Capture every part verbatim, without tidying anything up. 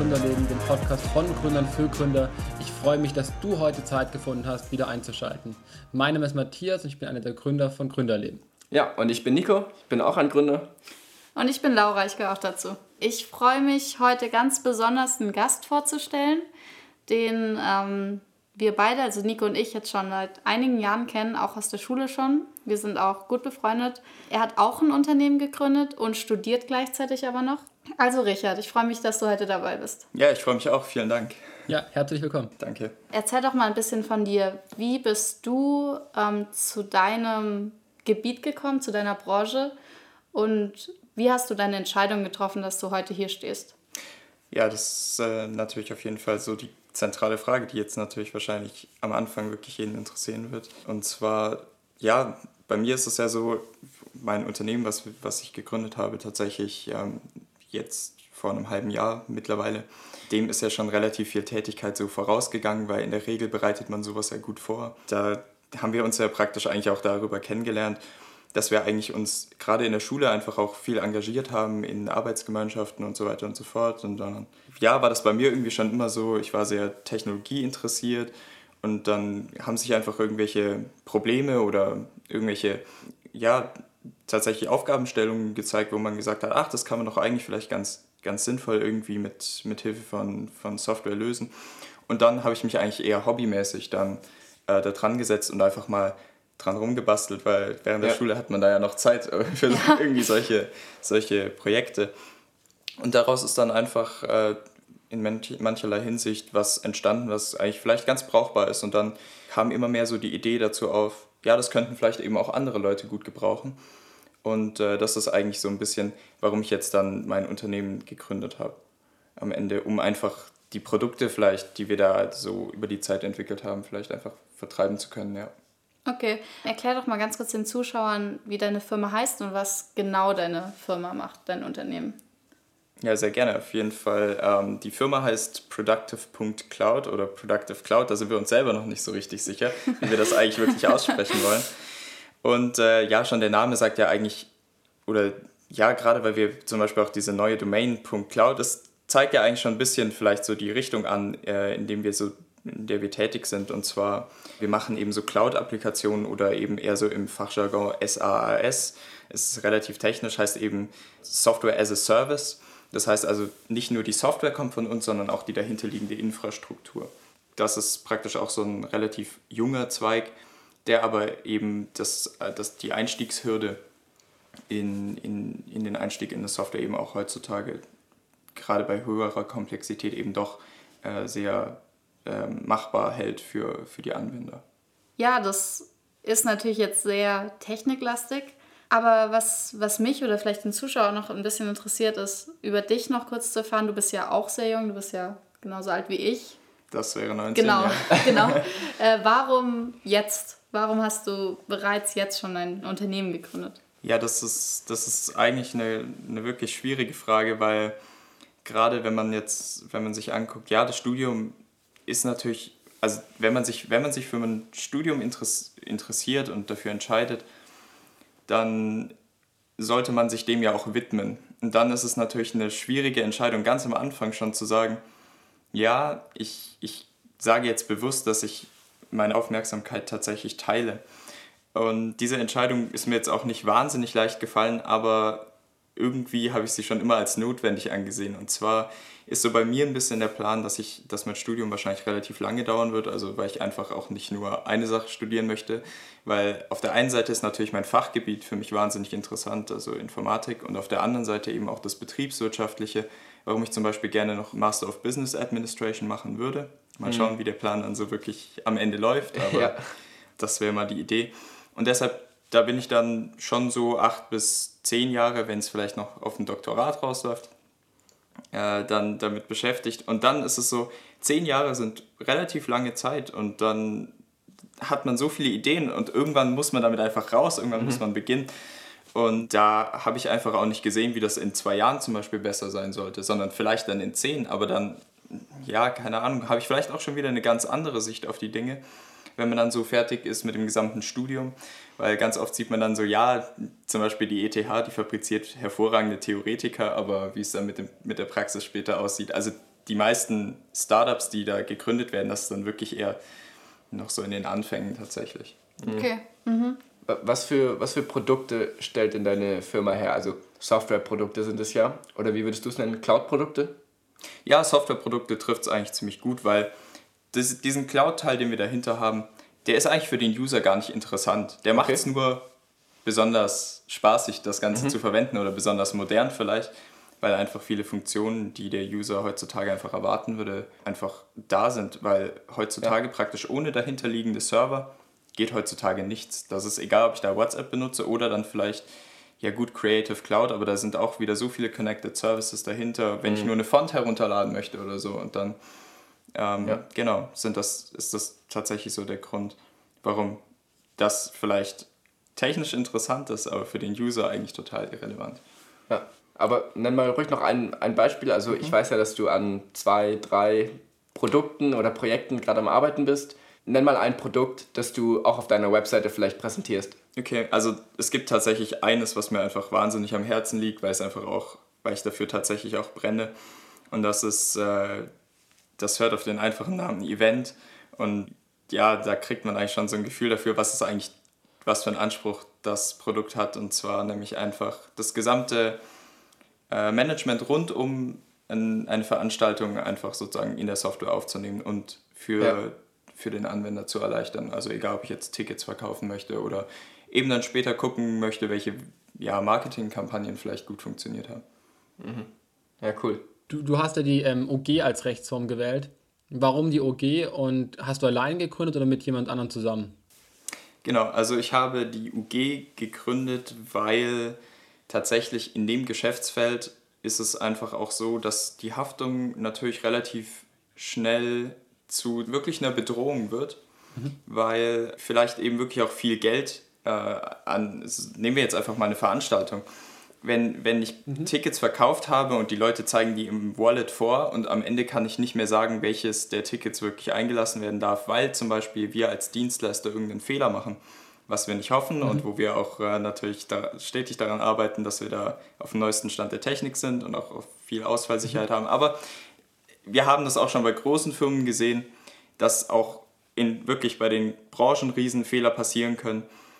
Gründerleben, dem Podcast von Gründern für Gründer. Ich freue mich, dass du heute Zeit gefunden hast, wieder einzuschalten. Mein Name ist Matthias und ich bin einer der Gründer von Gründerleben. Ja, und ich bin Nico, ich bin auch ein Gründer. Und ich bin Laura, ich gehöre auch dazu. Ich freue mich, heute ganz besonders einen Gast vorzustellen, den ähm, wir beide, also Nico und ich, jetzt schon seit einigen Jahren kennen, auch aus der Schule schon. Wir sind auch gut befreundet. Er hat auch ein Unternehmen gegründet und studiert gleichzeitig aber noch. Also Richard, ich freue mich, dass du heute dabei bist. Ja, ich freue mich auch. Vielen Dank. Ja, herzlich willkommen. Danke. Erzähl doch mal ein bisschen von dir. Wie bist du ähm, zu deinem Gebiet gekommen, zu deiner Branche? Und wie hast du deine Entscheidung getroffen, dass du heute hier stehst? Ja, das ist äh, natürlich auf jeden Fall so die zentrale Frage, die jetzt natürlich wahrscheinlich am Anfang wirklich jeden interessieren wird. Und zwar, ja, bei mir ist es ja so, mein Unternehmen, was, was ich gegründet habe, tatsächlich ähm, jetzt vor einem halben Jahr mittlerweile, dem ist ja schon relativ viel Tätigkeit so vorausgegangen, weil in der Regel bereitet man sowas ja gut vor. Da haben wir uns ja praktisch eigentlich auch darüber kennengelernt, dass wir eigentlich uns gerade in der Schule einfach auch viel engagiert haben in Arbeitsgemeinschaften und so weiter und so fort. Und dann, ja, war das bei mir irgendwie schon immer so, ich war sehr technologieinteressiert und dann haben sich einfach irgendwelche Probleme oder irgendwelche, ja, tatsächlich Aufgabenstellungen gezeigt, wo man gesagt hat, ach, das kann man doch eigentlich vielleicht ganz, ganz sinnvoll irgendwie mit, mit Hilfe von, von Software lösen. Und dann habe ich mich eigentlich eher hobbymäßig dann äh, da dran gesetzt und einfach mal dran rumgebastelt, weil während der ja. Schule hat man da ja noch Zeit für ja. irgendwie solche, solche Projekte. Und daraus ist dann einfach äh, in manch, mancherlei Hinsicht was entstanden, was eigentlich vielleicht ganz brauchbar ist. Und dann kam immer mehr so die Idee dazu auf, ja, das könnten vielleicht eben auch andere Leute gut gebrauchen. Und äh, das ist eigentlich so ein bisschen, warum ich jetzt dann mein Unternehmen gegründet habe. Am Ende, um einfach die Produkte vielleicht, die wir da so über die Zeit entwickelt haben, vielleicht einfach vertreiben zu können, ja. Okay, erklär doch mal ganz kurz den Zuschauern, wie deine Firma heißt und was genau deine Firma macht, dein Unternehmen. Ja, sehr gerne, auf jeden Fall. Ähm, die Firma heißt productive Punkt cloud oder Productive Cloud, da sind wir uns selber noch nicht so richtig sicher, wie wir das eigentlich wirklich aussprechen wollen. Und äh, ja, schon der Name sagt ja eigentlich, oder ja, gerade weil wir zum Beispiel auch diese neue Domain .cloud, das zeigt ja eigentlich schon ein bisschen vielleicht so die Richtung an, äh, in dem wir so in der wir tätig sind. Und zwar, wir machen eben so Cloud-Applikationen oder eben eher so im Fachjargon SaaS. Es ist relativ technisch, heißt eben Software as a Service. Das heißt also, nicht nur die Software kommt von uns, sondern auch die dahinterliegende Infrastruktur. Das ist praktisch auch so ein relativ junger Zweig, der aber eben das, das die Einstiegshürde in, in, in den Einstieg in das Software eben auch heutzutage, gerade bei höherer Komplexität, eben doch äh, sehr machbar hält für, für die Anwender. Ja, das ist natürlich jetzt sehr techniklastig, aber was, was mich oder vielleicht den Zuschauer noch ein bisschen interessiert ist, über dich noch kurz zu erfahren. Du bist ja auch sehr jung, du bist ja genauso alt wie ich. Das wäre neunzehn, genau, ja. Genau. Äh, warum jetzt? Warum hast du bereits jetzt schon ein Unternehmen gegründet? Ja, das ist, das ist eigentlich eine, eine wirklich schwierige Frage, weil gerade wenn man jetzt, wenn man sich anguckt, ja, das Studium ist natürlich, also wenn man sich, wenn man sich für ein Studium interessiert und dafür entscheidet, dann sollte man sich dem ja auch widmen. Und dann ist es natürlich eine schwierige Entscheidung, ganz am Anfang schon zu sagen, ja, ich, ich sage jetzt bewusst, dass ich meine Aufmerksamkeit tatsächlich teile. Und diese Entscheidung ist mir jetzt auch nicht wahnsinnig leicht gefallen, aber irgendwie habe ich sie schon immer als notwendig angesehen. Und zwar ist so bei mir ein bisschen der Plan, dass ich, dass mein Studium wahrscheinlich relativ lange dauern wird, also weil ich einfach auch nicht nur eine Sache studieren möchte, weil auf der einen Seite ist natürlich mein Fachgebiet für mich wahnsinnig interessant, also Informatik, und auf der anderen Seite eben auch das Betriebswirtschaftliche, warum ich zum Beispiel gerne noch Master of Business Administration machen würde. Mal schauen, mhm. wie der Plan dann so wirklich am Ende läuft, aber ja. Das wäre mal die Idee. Und deshalb, da bin ich dann schon so acht bis zehn Jahre, wenn es vielleicht noch auf ein Doktorat rausläuft, äh, dann damit beschäftigt. Und dann ist es so, zehn Jahre sind relativ lange Zeit und dann hat man so viele Ideen und irgendwann muss man damit einfach raus, irgendwann mhm. muss man beginnen. Und da habe ich einfach auch nicht gesehen, wie das in zwei Jahren zum Beispiel besser sein sollte, sondern vielleicht dann in zehn, aber dann, ja, keine Ahnung, habe ich vielleicht auch schon wieder eine ganz andere Sicht auf die Dinge, wenn man dann so fertig ist mit dem gesamten Studium, weil ganz oft sieht man dann so, ja, zum Beispiel die E T H, die fabriziert hervorragende Theoretiker, aber wie es dann mit, dem, mit der Praxis später aussieht, also die meisten Startups, die da gegründet werden, das ist dann wirklich eher noch so in den Anfängen tatsächlich. Okay. Mhm. Was für, was für Produkte stellt denn deine Firma her? Also Softwareprodukte sind es ja. Oder wie würdest du es nennen? Cloud-Produkte? Ja, Softwareprodukte trifft es eigentlich ziemlich gut, weil das, diesen Cloud-Teil, den wir dahinter haben, der ist eigentlich für den User gar nicht interessant. Der macht es okay. nur besonders spaßig, das Ganze mhm. zu verwenden oder besonders modern vielleicht, weil einfach viele Funktionen, die der User heutzutage einfach erwarten würde, einfach da sind, weil heutzutage ja. praktisch ohne dahinterliegende Server geht heutzutage nichts. Das ist egal, ob ich da WhatsApp benutze oder dann vielleicht, ja gut, Creative Cloud, aber da sind auch wieder so viele Connected Services dahinter, wenn mhm. ich nur eine Font herunterladen möchte oder so und dann, ähm, ja. genau, sind das, ist das tatsächlich so der Grund, warum das vielleicht technisch interessant ist, aber für den User eigentlich total irrelevant. Ja, aber nenn mal ruhig noch ein, ein Beispiel. Also mhm. ich weiß ja, dass du an zwei, drei Produkten oder Projekten gerade am Arbeiten bist. Nenn mal ein Produkt, das du auch auf deiner Webseite vielleicht präsentierst. Okay, also es gibt tatsächlich eines, was mir einfach wahnsinnig am Herzen liegt, weil es einfach auch, weil ich dafür tatsächlich auch brenne. Und das ist, äh, das hört auf den einfachen Namen Event. Und ja, da kriegt man eigentlich schon so ein Gefühl dafür, was es eigentlich, was für einen Anspruch das Produkt hat. Und zwar nämlich einfach das gesamte äh, Management rund um ein, eine Veranstaltung einfach sozusagen in der Software aufzunehmen und für ja. für den Anwender zu erleichtern. Also egal, ob ich jetzt Tickets verkaufen möchte oder eben dann später gucken möchte, welche ja, Marketingkampagnen vielleicht gut funktioniert haben. Mhm. Ja, cool. Du, du hast ja die ähm, O G als Rechtsform gewählt. Warum die O G und hast du allein gegründet oder mit jemand anderem zusammen? Genau, also ich habe die U G gegründet, weil tatsächlich in dem Geschäftsfeld ist es einfach auch so, dass die Haftung natürlich relativ schnell zu wirklich einer Bedrohung wird, mhm. weil vielleicht eben wirklich auch viel Geld äh, an, nehmen wir jetzt einfach mal eine Veranstaltung, wenn, wenn ich mhm. Tickets verkauft habe und die Leute zeigen die im Wallet vor und am Ende kann ich nicht mehr sagen, welches der Tickets wirklich eingelassen werden darf, weil zum Beispiel wir als Dienstleister irgendeinen Fehler machen, was wir nicht hoffen mhm. und wo wir auch äh, natürlich da stetig daran arbeiten, dass wir da auf dem neuesten Stand der Technik sind und auch auf viel Ausfallsicherheit mhm. haben, aber wir haben das auch schon bei großen Firmen gesehen, dass auch in, wirklich bei den Branchenriesen Fehler passieren können.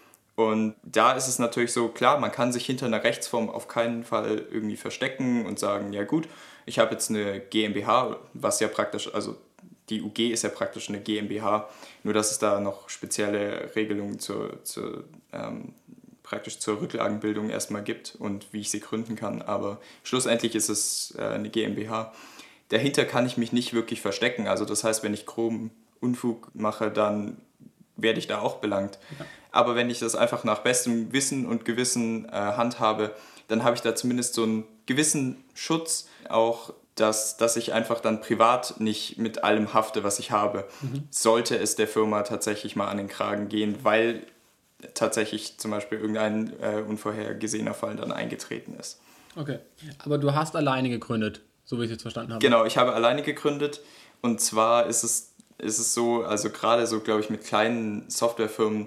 Und da ist es natürlich so, klar, man kann sich hinter einer Rechtsform auf keinen Fall irgendwie verstecken und sagen, ja gut, ich habe jetzt eine GmbH, was ja praktisch, also die U G ist ja praktisch eine GmbH, nur dass es da noch spezielle Regelungen zur, zur, ähm, praktisch zur Rücklagenbildung erstmal gibt und wie ich sie gründen kann. Aber schlussendlich ist es äh, eine GmbH. Dahinter kann ich mich nicht wirklich verstecken. Also das heißt, wenn ich groben Unfug mache, dann werde ich da auch belangt. Ja. Aber wenn ich das einfach nach bestem Wissen und Gewissen äh, handhabe, dann habe ich da zumindest so einen gewissen Schutz, auch dass, dass ich einfach dann privat nicht mit allem hafte, was ich habe. Mhm. Sollte es der Firma tatsächlich mal an den Kragen gehen, weil tatsächlich zum Beispiel irgendein äh, unvorhergesehener Fall dann eingetreten ist. Okay, aber du hast alleine gegründet. So wie ich es jetzt verstanden habe. Genau, ich habe alleine gegründet und zwar ist es, ist es so, also gerade so, glaube ich, mit kleinen Softwarefirmen,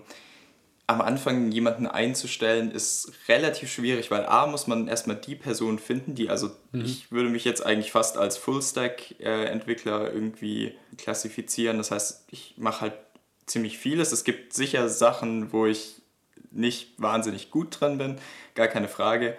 am Anfang jemanden einzustellen, ist relativ schwierig, weil A, muss man erstmal die Person finden, die, also mhm. ich würde mich jetzt eigentlich fast als Full-Stack-Entwickler irgendwie klassifizieren, das heißt, ich mache halt ziemlich vieles, es gibt sicher Sachen, wo ich nicht wahnsinnig gut dran bin, gar keine Frage.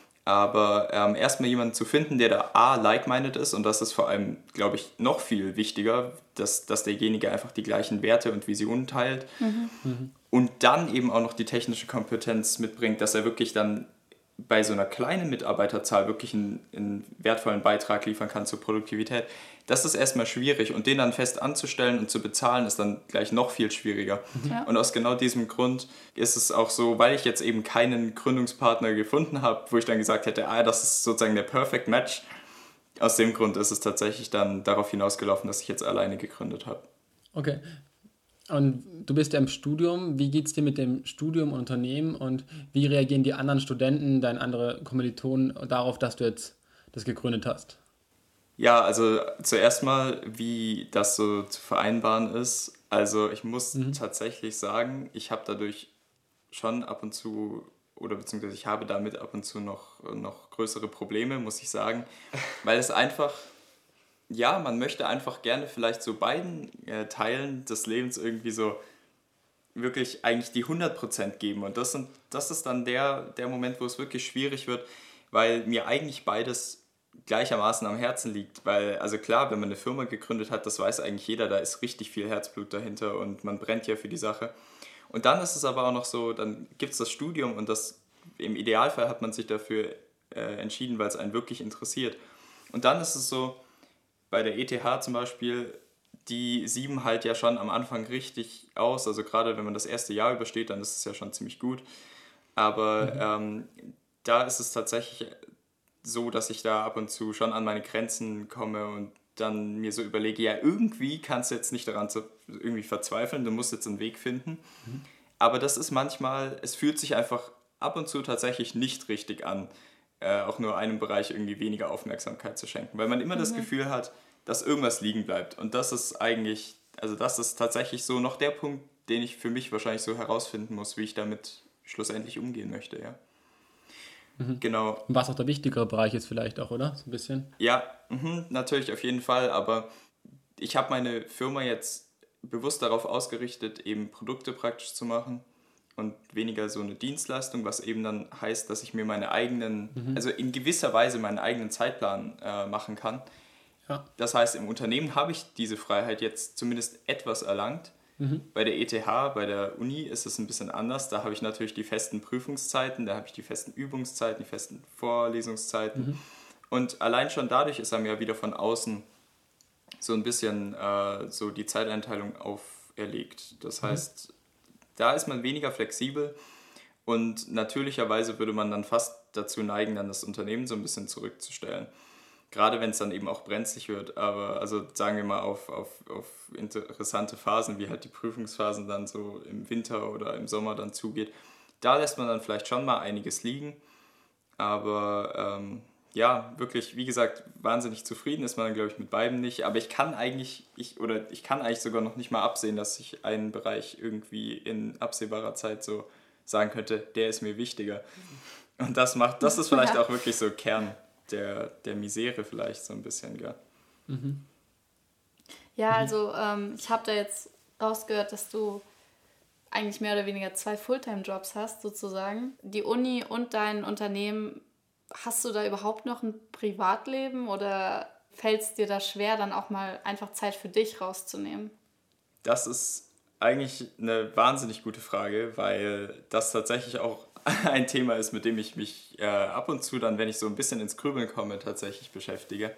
Aber ähm, erstmal jemanden zu finden, der da A, like-minded ist und das ist vor allem, glaube ich, noch viel wichtiger, dass, dass derjenige einfach die gleichen Werte und Visionen teilt mhm. Mhm. und dann eben auch noch die technische Kompetenz mitbringt, dass er wirklich dann bei so einer kleinen Mitarbeiterzahl wirklich einen, einen wertvollen Beitrag liefern kann zur Produktivität. Das ist erstmal schwierig und den dann fest anzustellen und zu bezahlen ist dann gleich noch viel schwieriger. Ja. Und aus genau diesem Grund ist es auch so, weil ich jetzt eben keinen Gründungspartner gefunden habe, wo ich dann gesagt hätte, ah, das ist sozusagen der Perfect Match. Aus dem Grund ist es tatsächlich dann darauf hinausgelaufen, dass ich jetzt alleine gegründet habe. Okay. Und du bist ja im Studium. Wie geht es dir mit dem Studium und Unternehmen und wie reagieren die anderen Studenten, deine anderen Kommilitonen darauf, dass du jetzt das gegründet hast? Ja, also zuerst mal, wie das so zu vereinbaren ist. Also ich muss mhm. tatsächlich sagen, ich habe dadurch schon ab und zu, oder beziehungsweise ich habe damit ab und zu noch, noch größere Probleme, muss ich sagen, weil es einfach, ja, man möchte einfach gerne vielleicht so beiden äh, Teilen des Lebens irgendwie so wirklich eigentlich die hundert Prozent geben. Und das, sind, das ist dann der, der Moment, wo es wirklich schwierig wird, weil mir eigentlich beides gleichermaßen am Herzen liegt. Weil, also klar, wenn man eine Firma gegründet hat, das weiß eigentlich jeder, da ist richtig viel Herzblut dahinter und man brennt ja für die Sache. Und dann ist es aber auch noch so, dann gibt es das Studium und das im Idealfall hat man sich dafür äh, entschieden, weil es einen wirklich interessiert. Und dann ist es so, bei der E T H zum Beispiel, die sieben halt ja schon am Anfang richtig aus, also gerade wenn man das erste Jahr übersteht, dann ist es ja schon ziemlich gut. Aber mhm. ähm, da ist es tatsächlich so, dass ich da ab und zu schon an meine Grenzen komme und dann mir so überlege, ja, irgendwie kannst du jetzt nicht daran zu, irgendwie verzweifeln, du musst jetzt einen Weg finden. Mhm. Aber das ist manchmal, es fühlt sich einfach ab und zu tatsächlich nicht richtig an, äh, auch nur einem Bereich irgendwie weniger Aufmerksamkeit zu schenken, weil man immer mhm. das Gefühl hat, dass irgendwas liegen bleibt. Und das ist eigentlich, also das ist tatsächlich so noch der Punkt, den ich für mich wahrscheinlich so herausfinden muss, wie ich damit schlussendlich umgehen möchte, ja. Mhm. Genau. Was auch der wichtigere Bereich ist vielleicht auch, oder? So ein bisschen. Ja, mh, natürlich auf jeden Fall, aber ich habe meine Firma jetzt bewusst darauf ausgerichtet, eben Produkte praktisch zu machen und weniger so eine Dienstleistung, was eben dann heißt, dass ich mir meine eigenen, mhm. also in gewisser Weise meinen eigenen Zeitplan äh, machen kann. Ja. Das heißt, im Unternehmen habe ich diese Freiheit jetzt zumindest etwas erlangt. Mhm. Bei der E T H, bei der Uni ist es ein bisschen anders. Da habe ich natürlich die festen Prüfungszeiten, da habe ich die festen Übungszeiten, die festen Vorlesungszeiten. Mhm. Und allein schon dadurch ist einem ja wieder von außen so ein bisschen äh, so die Zeiteinteilung auferlegt. Das heißt, mhm. da ist man weniger flexibel und natürlicherweise würde man dann fast dazu neigen, dann das Unternehmen so ein bisschen zurückzustellen. Gerade wenn es dann eben auch brenzlig wird, aber also sagen wir mal auf, auf, auf interessante Phasen, wie halt die Prüfungsphasen dann so im Winter oder im Sommer dann zugeht, da lässt man dann vielleicht schon mal einiges liegen, aber ähm, ja, wirklich, wie gesagt, wahnsinnig zufrieden ist man dann, glaube ich, mit beiden nicht, aber ich kann eigentlich, ich, oder ich kann eigentlich sogar noch nicht mal absehen, dass ich einen Bereich irgendwie in absehbarer Zeit so sagen könnte, der ist mir wichtiger. Und das macht, das ist vielleicht ja. auch wirklich so Kern der, der Misere vielleicht so ein bisschen, gell? Mhm. Ja, also ähm, ich habe da jetzt rausgehört, dass du eigentlich mehr oder weniger zwei Fulltime-Jobs hast, sozusagen. Die Uni und dein Unternehmen, hast du da überhaupt noch ein Privatleben oder fällt es dir da schwer, dann auch mal einfach Zeit für dich rauszunehmen? Das ist eigentlich eine wahnsinnig gute Frage, weil das tatsächlich auch ein Thema ist, mit dem ich mich äh, ab und zu dann, wenn ich so ein bisschen ins Grübeln komme, tatsächlich beschäftige.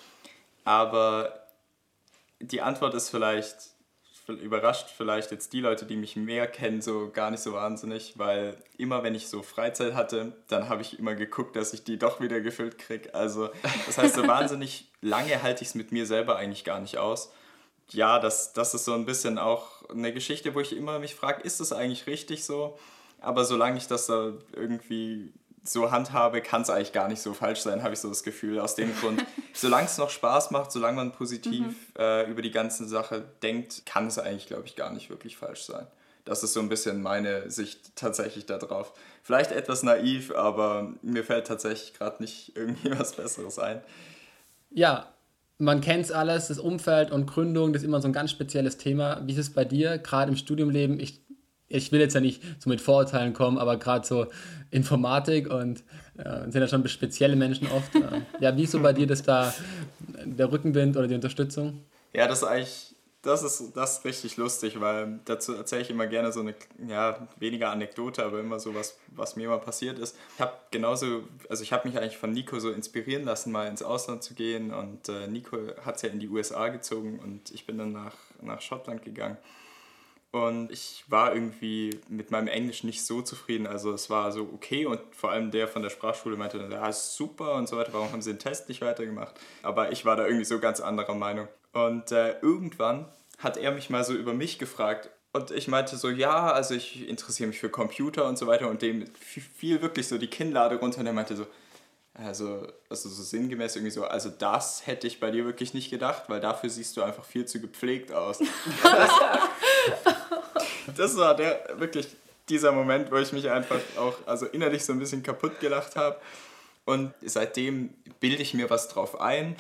Aber die Antwort ist vielleicht, überrascht vielleicht jetzt die Leute, die mich mehr kennen, so gar nicht so wahnsinnig, weil immer, wenn ich so Freizeit hatte, dann habe ich immer geguckt, dass ich die doch wieder gefüllt kriege. Also das heißt, so wahnsinnig lange halte ich es mit mir selber eigentlich gar nicht aus. Ja, das, das ist so ein bisschen auch eine Geschichte, wo ich immer mich frage, ist das eigentlich richtig so? Aber solange ich das da irgendwie so handhabe, kann es eigentlich gar nicht so falsch sein, habe ich so das Gefühl. Aus dem Grund, solange es noch Spaß macht, solange man positiv mhm. äh, über die ganze Sache denkt, kann es eigentlich, glaube ich, gar nicht wirklich falsch sein. Das ist so ein bisschen meine Sicht tatsächlich da drauf. Vielleicht etwas naiv, aber mir fällt tatsächlich gerade nicht irgendwie was Besseres ein. Ja, man kennt es alles, das Umfeld und Gründung, das ist immer so ein ganz spezielles Thema. Wie ist es bei dir, gerade im Studiumleben? Ich Ich will jetzt ja nicht so mit Vorurteilen kommen, aber gerade so Informatik und äh, sind ja schon spezielle Menschen oft. Äh, ja, wie ist so bei dir das da, der Rückenwind oder die Unterstützung? Ja, das ist eigentlich, das ist, das ist richtig lustig, weil dazu erzähle ich immer gerne so eine, ja, weniger Anekdote, aber immer so was, was mir mal passiert ist. Ich habe genauso, also ich habe mich eigentlich von Nico so inspirieren lassen, mal ins Ausland zu gehen und äh, Nico hat es ja in die U S A gezogen und ich bin dann nach, nach Schottland gegangen. Und ich war irgendwie mit meinem Englisch nicht so zufrieden. Also es war so okay und vor allem der von der Sprachschule meinte, ja, ist super und so weiter, warum haben sie den Test nicht weitergemacht? Aber ich war da irgendwie so ganz anderer Meinung. Und äh, irgendwann hat er mich mal so über mich gefragt und ich meinte so, ja, also ich interessiere mich für Computer und so weiter und dem fiel wirklich so die Kinnlade runter und er meinte so, also, also so sinngemäß irgendwie so, also das hätte ich bei dir wirklich nicht gedacht, weil dafür siehst du einfach viel zu gepflegt aus. Das war der, wirklich dieser Moment, wo ich mich einfach auch also innerlich so ein bisschen kaputt gelacht habe. Und seitdem bilde ich mir was drauf ein,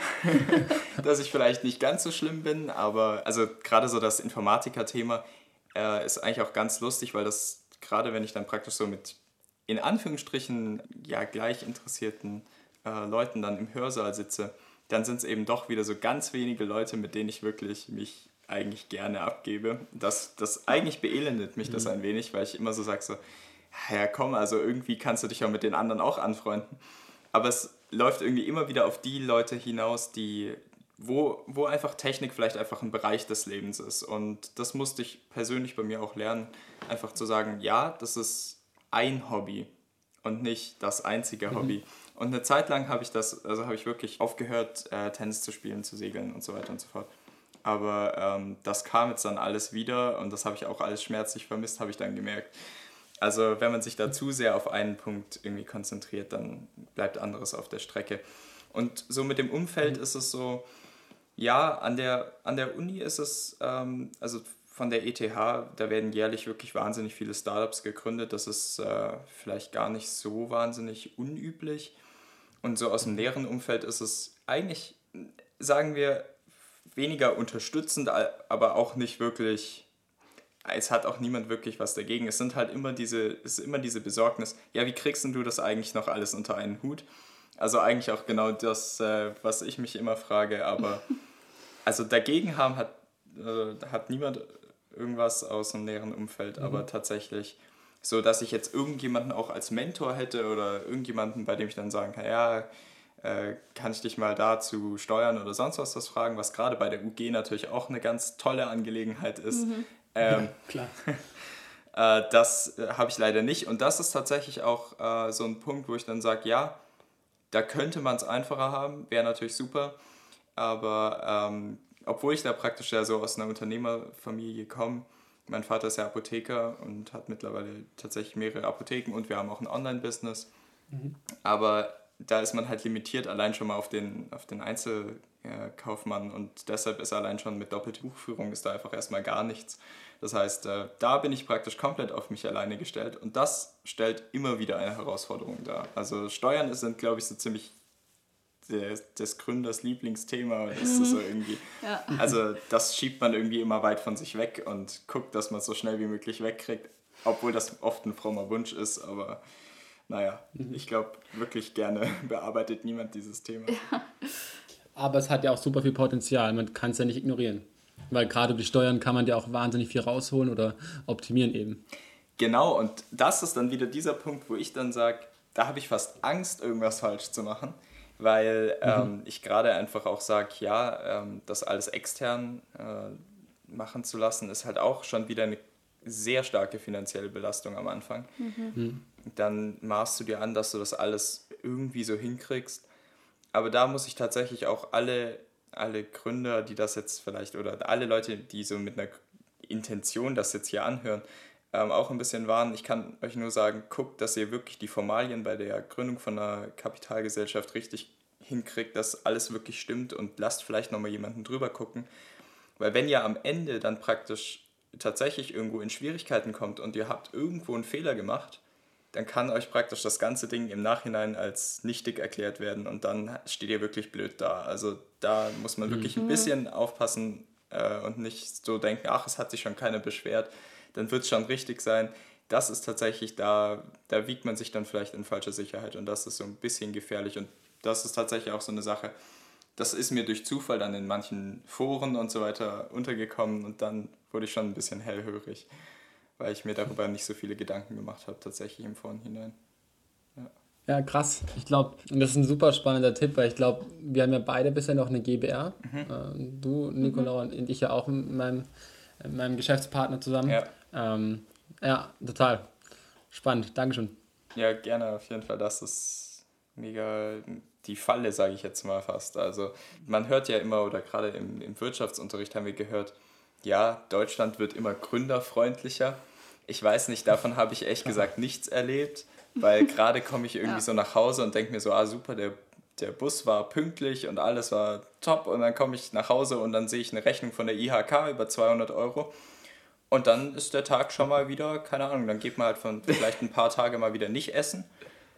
dass ich vielleicht nicht ganz so schlimm bin, aber also gerade so das Informatiker-Thema äh, ist eigentlich auch ganz lustig, weil das gerade wenn ich dann praktisch so mit in Anführungsstrichen ja gleich interessierten äh, Leuten dann im Hörsaal sitze, dann sind es eben doch wieder so ganz wenige Leute, mit denen ich wirklich mich eigentlich gerne abgebe. Das, das eigentlich beelendet mich mhm. das ein wenig, weil ich immer so sage so, ja komm, also irgendwie kannst du dich ja mit den anderen auch anfreunden. Aber es läuft irgendwie immer wieder auf die Leute hinaus, die, wo, wo einfach Technik vielleicht einfach ein Bereich des Lebens ist. Und das musste ich persönlich bei mir auch lernen, einfach zu sagen, ja, das ist ein Hobby und nicht das einzige mhm. Hobby. Und eine Zeit lang habe ich das, also habe ich wirklich aufgehört, äh, Tennis zu spielen, zu segeln und so weiter und so fort. Aber ähm, das kam jetzt dann alles wieder und das habe ich auch alles schmerzlich vermisst, habe ich dann gemerkt. Also wenn man sich da zu sehr auf einen Punkt irgendwie konzentriert, dann bleibt anderes auf der Strecke. Und so mit dem Umfeld mhm. ist es so, ja, an der, an der Uni ist es, ähm, also von der E T H, da werden jährlich wirklich wahnsinnig viele Startups gegründet. Das ist äh, vielleicht gar nicht so wahnsinnig unüblich. Und so aus dem leeren Umfeld ist es eigentlich, sagen wir, weniger unterstützend, aber auch nicht wirklich... Es hat auch niemand wirklich was dagegen. Es sind halt immer diese, es ist immer diese Besorgnis, ja, wie kriegst denn du das eigentlich noch alles unter einen Hut? Also eigentlich auch genau das, was ich mich immer frage, aber also dagegen haben hat, hat niemand irgendwas aus dem näheren Umfeld, mhm. aber tatsächlich so, dass ich jetzt irgendjemanden auch als Mentor hätte oder irgendjemanden, bei dem ich dann sagen kann, ja, kann ich dich mal dazu steuern oder sonst was das fragen, was gerade bei der U G natürlich auch eine ganz tolle Angelegenheit ist. Mhm. Ähm, ja, klar. äh, das äh, habe ich leider nicht und das ist tatsächlich auch äh, so ein Punkt, wo ich dann sage, ja, da könnte man es einfacher haben, wäre natürlich super, aber ähm, obwohl ich da praktisch ja so aus einer Unternehmerfamilie komme, mein Vater ist ja Apotheker und hat mittlerweile tatsächlich mehrere Apotheken und wir haben auch ein Online-Business, mhm. aber da ist man halt limitiert allein schon mal auf den, auf den Einzelkaufmann und deshalb ist allein schon mit doppelter Buchführung ist da einfach erstmal gar nichts. Das heißt, äh, da bin ich praktisch komplett auf mich alleine gestellt und das stellt immer wieder eine Herausforderung dar. Also Steuern sind, glaube ich, so ziemlich des, des Gründers Lieblingsthema. Ist das so irgendwie. Ja. Also das schiebt man irgendwie immer weit von sich weg und guckt, dass man es so schnell wie möglich wegkriegt, obwohl das oft ein frommer Wunsch ist, aber naja, mhm. ich glaube, wirklich gerne bearbeitet niemand dieses Thema. Ja. Aber es hat ja auch super viel Potenzial, man kann es ja nicht ignorieren. Weil gerade durch Steuern kann man ja auch wahnsinnig viel rausholen oder optimieren eben. Genau, und das ist dann wieder dieser Punkt, wo ich dann sage, da habe ich fast Angst, irgendwas falsch zu machen, weil mhm. ähm, ich gerade einfach auch sage, ja, ähm, das alles extern äh, machen zu lassen, ist halt auch schon wieder eine sehr starke finanzielle Belastung am Anfang. Mhm. Mhm. Dann maßt du dir an, dass du das alles irgendwie so hinkriegst. Aber da muss ich tatsächlich auch alle, alle Gründer, die das jetzt vielleicht, oder alle Leute, die so mit einer Intention das jetzt hier anhören, ähm, auch ein bisschen warnen. Ich kann euch nur sagen, guckt, dass ihr wirklich die Formalien bei der Gründung von einer Kapitalgesellschaft richtig hinkriegt, dass alles wirklich stimmt und lasst vielleicht nochmal jemanden drüber gucken. Weil wenn ihr am Ende dann praktisch tatsächlich irgendwo in Schwierigkeiten kommt und ihr habt irgendwo einen Fehler gemacht, dann kann euch praktisch das ganze Ding im Nachhinein als nichtig erklärt werden und dann steht ihr wirklich blöd da. Also da muss man wirklich ein bisschen aufpassen äh, und nicht so denken, ach, es hat sich schon keiner beschwert, dann wird es schon richtig sein. Das ist tatsächlich, da, da wiegt man sich dann vielleicht in falscher Sicherheit und das ist so ein bisschen gefährlich und das ist tatsächlich auch so eine Sache, das ist mir durch Zufall dann in manchen Foren und so weiter untergekommen und dann wurde ich schon ein bisschen hellhörig, weil ich mir darüber nicht so viele Gedanken gemacht habe, tatsächlich im Vorhinein. Ja, ja krass. Ich glaube, das ist ein super spannender Tipp, weil ich glaube, wir haben ja beide bisher noch eine GbR. Mhm. Du, Nicola mhm. und ich ja auch mit meinem, mit meinem Geschäftspartner zusammen. Ja. Ähm, ja, total. Spannend. Dankeschön. Ja, gerne auf jeden Fall. Das ist mega die Falle, sage ich jetzt mal fast. Also man hört ja immer, oder gerade im, im Wirtschaftsunterricht haben wir gehört, ja, Deutschland wird immer gründerfreundlicher. Ich weiß nicht, davon habe ich echt gesagt nichts erlebt, weil gerade komme ich irgendwie ja. so nach Hause und denke mir so, ah super, der, der Bus war pünktlich und alles war top und dann komme ich nach Hause und dann sehe ich eine Rechnung von der I H K über zweihundert Euro und dann ist der Tag schon mal wieder, keine Ahnung, dann geht man halt von vielleicht ein paar Tage mal wieder nicht essen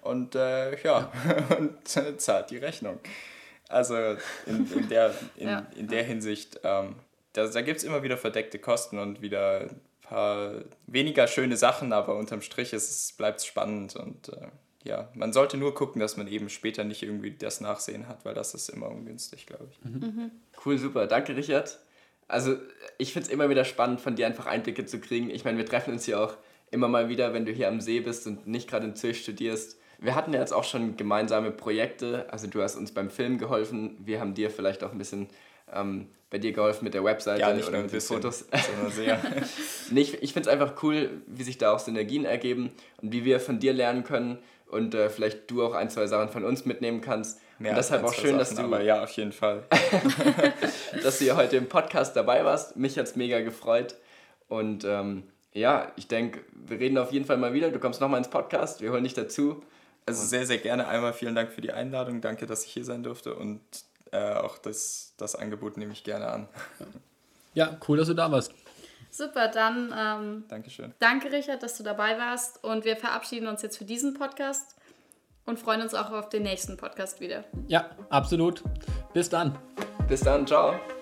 und äh, ja, und äh, zahlt die Rechnung. Also in, in, der, in, ja. in der Hinsicht, ähm, da, da gibt es immer wieder verdeckte Kosten und wieder ein paar weniger schöne Sachen, aber unterm Strich bleibt es spannend und äh, ja, man sollte nur gucken, dass man eben später nicht irgendwie das Nachsehen hat, weil das ist immer ungünstig, glaube ich. Mhm. Mhm. Cool, super. Danke, Richard. Also ich finde es immer wieder spannend, von dir einfach Einblicke zu kriegen. Ich meine, wir treffen uns ja auch immer mal wieder, wenn du hier am See bist und nicht gerade in Zürich studierst. Wir hatten ja jetzt auch schon gemeinsame Projekte. Also du hast uns beim Film geholfen. Wir haben dir vielleicht auch ein bisschen ähm, bei dir geholfen mit der Webseite ja, nicht oder nur mit ein bisschen, den Fotos. sondern sehr. nee, ich ich finde es einfach cool, wie sich da auch Synergien ergeben und wie wir von dir lernen können und äh, vielleicht du auch ein, zwei Sachen von uns mitnehmen kannst. Mehr und deshalb auch schön, Sachen, dass du, aber ja, auf jeden Fall. dass du ja heute im Podcast dabei warst. Mich hat es mega gefreut. Und ähm, ja, ich denke, wir reden auf jeden Fall mal wieder. Du kommst nochmal ins Podcast, wir holen dich dazu. Also sehr, sehr gerne. Einmal vielen Dank für die Einladung. Danke, dass ich hier sein durfte und äh, auch das, das Angebot nehme ich gerne an. Ja, cool, dass du da warst. Super, dann ähm, Dankeschön. Danke, Richard, dass du dabei warst und wir verabschieden uns jetzt für diesen Podcast und freuen uns auch auf den nächsten Podcast wieder. Ja, absolut. Bis dann. Bis dann, ciao.